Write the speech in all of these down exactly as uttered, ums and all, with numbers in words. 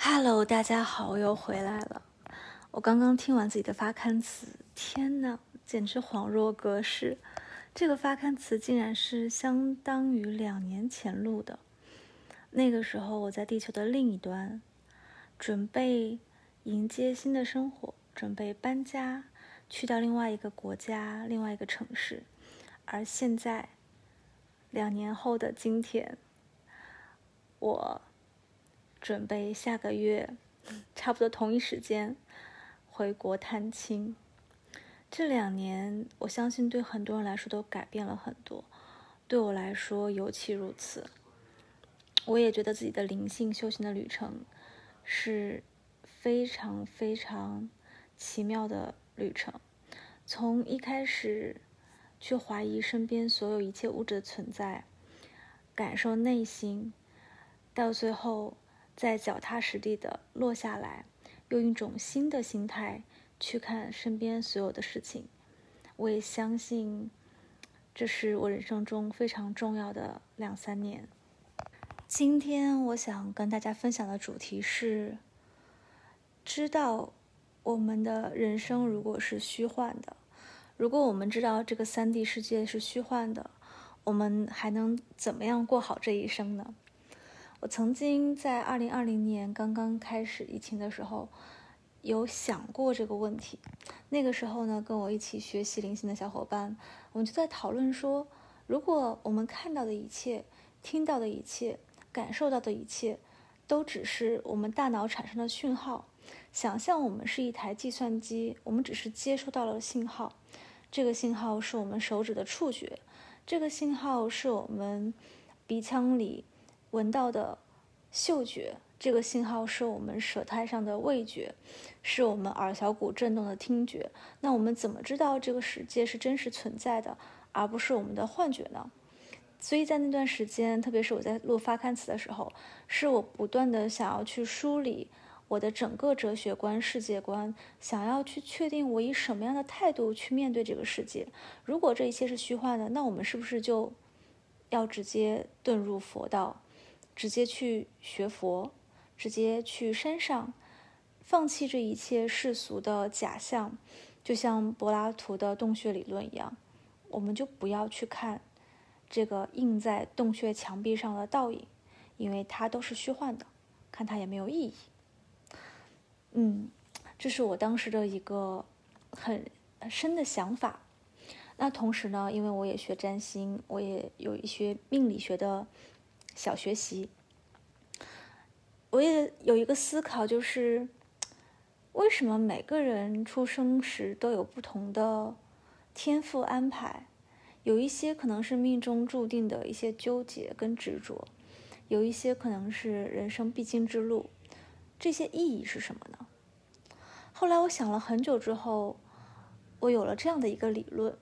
Hello，大家好，我又回来了。我刚刚听完自己的发刊词，天哪，简直恍若隔世。这个发刊词竟然是相当于两年前录的。那个时候我在地球的另一端，准备迎接新的生活，准备搬家，去到另外一个国家，另外一个城市。而现在，两年后的今天，我准备下个月差不多同一时间回国探亲。这两年我相信对很多人来说都改变了很多，对我来说尤其如此。我也觉得自己的灵性修行的旅程是非常非常奇妙的旅程。从一开始去怀疑身边所有一切物质的存在，感受内心，到最后再脚踏实地的落下来，用一种新的心态去看身边所有的事情。我也相信这是我人生中非常重要的两三年。今天我想跟大家分享的主题是，知道我们的人生如果是虚幻的，如果我们知道这个三 D 世界是虚幻的，我们还能怎么样过好这一生呢？我曾经在二零二零年刚刚开始疫情的时候，有想过这个问题。那个时候呢，跟我一起学习灵性的小伙伴，我们就在讨论说，如果我们看到的一切、听到的一切、感受到的一切，都只是我们大脑产生的讯号，想象我们是一台计算机，我们只是接收到了信号，这个信号是我们手指的触觉，这个信号是我们鼻腔里闻到的嗅觉，这个信号是我们舌苔上的味觉，是我们耳小骨震动的听觉。那我们怎么知道这个世界是真实存在的，而不是我们的幻觉呢？所以在那段时间，特别是我在录发刊词的时候，是我不断的想要去梳理我的整个哲学观、世界观，想要去确定我以什么样的态度去面对这个世界。如果这一切是虚幻的，那我们是不是就要直接遁入佛道，直接去学佛，直接去山上，放弃这一切世俗的假象，就像柏拉图的洞穴理论一样，我们就不要去看这个印在洞穴墙壁上的倒影，因为它都是虚幻的，看它也没有意义。嗯，这是我当时的一个很深的想法。那同时呢，因为我也学占星，我也有一些命理学的小学习，我也有一个思考，就是为什么每个人出生时都有不同的天赋安排？有一些可能是命中注定的一些纠结跟执着，有一些可能是人生必经之路，这些意义是什么呢？后来我想了很久之后，我有了这样的一个理论。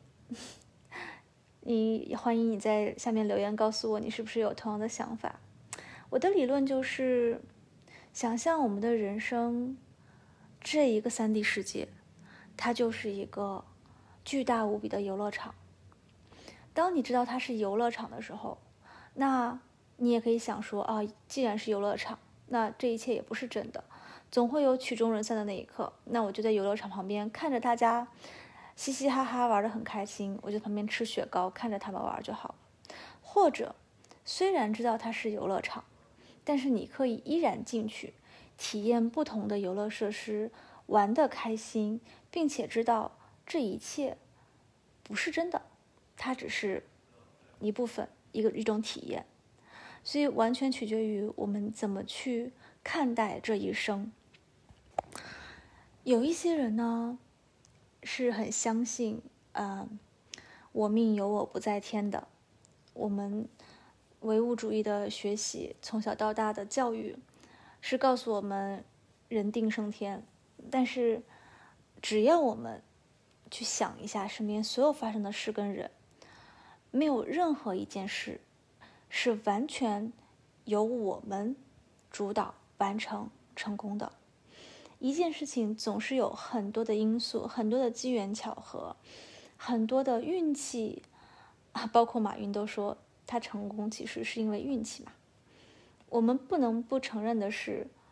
你欢迎你在下面留言告诉我你是不是有同样的想法。我的理论就是，想象我们的人生这一个三 D 世界，它就是一个巨大无比的游乐场。当你知道它是游乐场的时候，那你也可以想说啊，既然是游乐场，那这一切也不是真的，总会有曲终人散的那一刻。那我就在游乐场旁边看着大家嘻嘻哈哈玩得很开心，我就旁边吃雪糕看着他们玩就好了。或者虽然知道它是游乐场，但是你可以依然进去体验不同的游乐设施，玩得开心，并且知道这一切不是真的，它只是一部分，一个一种体验。所以完全取决于我们怎么去看待这一生。有一些人呢是很相信呃，我命由我不在天的。我们唯物主义的学习从小到大的教育是告诉我们人定胜天，但是只要我们去想一下身边所有发生的事跟人，没有任何一件事是完全由我们主导完成成功的。一件事情总是有很多的因素，很多的机缘巧合，很多的运气啊，包括马云都说他成功其实是因为运气嘛。我们不能不承认的是，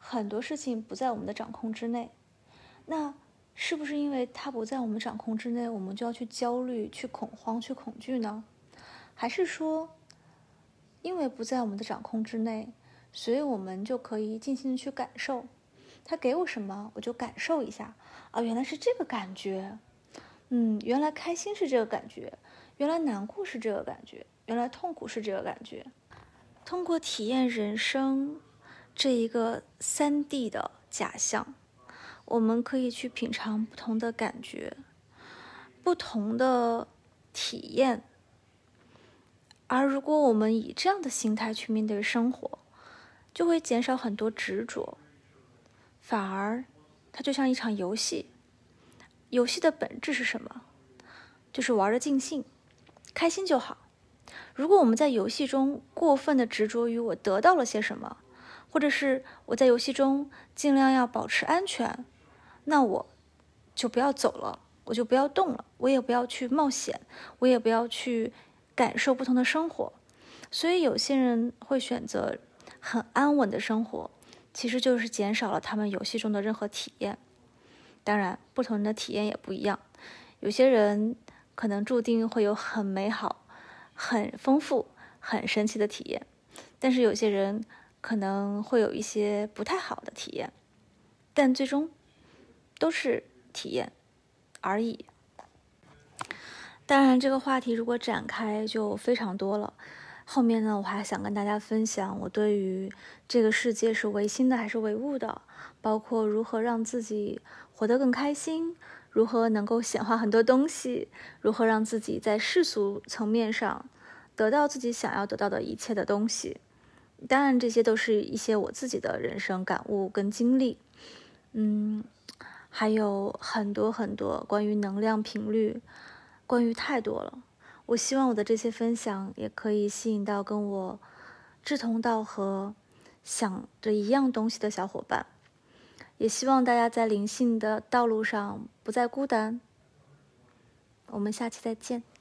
很多事情不在我们的掌控之内。那是不是因为它不在我们掌控之内，我们就要去焦虑、去恐慌、去恐惧呢？还是说，因为不在我们的掌控之内，所以我们就可以尽情的去感受？他给我什么，我就感受一下啊，原来是这个感觉，嗯，原来开心是这个感觉，原来难过是这个感觉，原来痛苦是这个感觉。通过体验人生这一个三 D 的假象，我们可以去品尝不同的感觉，不同的体验。而如果我们以这样的心态去面对生活，就会减少很多执着，反而它就像一场游戏。游戏的本质是什么？就是玩得尽兴，开心就好。如果我们在游戏中过分的执着于我得到了些什么，或者是我在游戏中尽量要保持安全，那我就不要走了，我就不要动了，我也不要去冒险，我也不要去感受不同的生活。所以有些人会选择很安稳的生活，其实就是减少了他们游戏中的任何体验。当然，不同人的体验也不一样，有些人可能注定会有很美好、很丰富、很神奇的体验，但是有些人可能会有一些不太好的体验，但最终都是体验而已。当然，这个话题如果展开就非常多了。后面呢，我还想跟大家分享我对于这个世界是唯心的还是唯物的，包括如何让自己活得更开心，如何能够显化很多东西，如何让自己在世俗层面上得到自己想要得到的一切的东西。当然，这些都是一些我自己的人生感悟跟经历。嗯，还有很多很多关于能量频率，关于太多了。我希望我的这些分享也可以吸引到跟我志同道合、想着一样东西的小伙伴，也希望大家在灵性的道路上不再孤单。我们下期再见。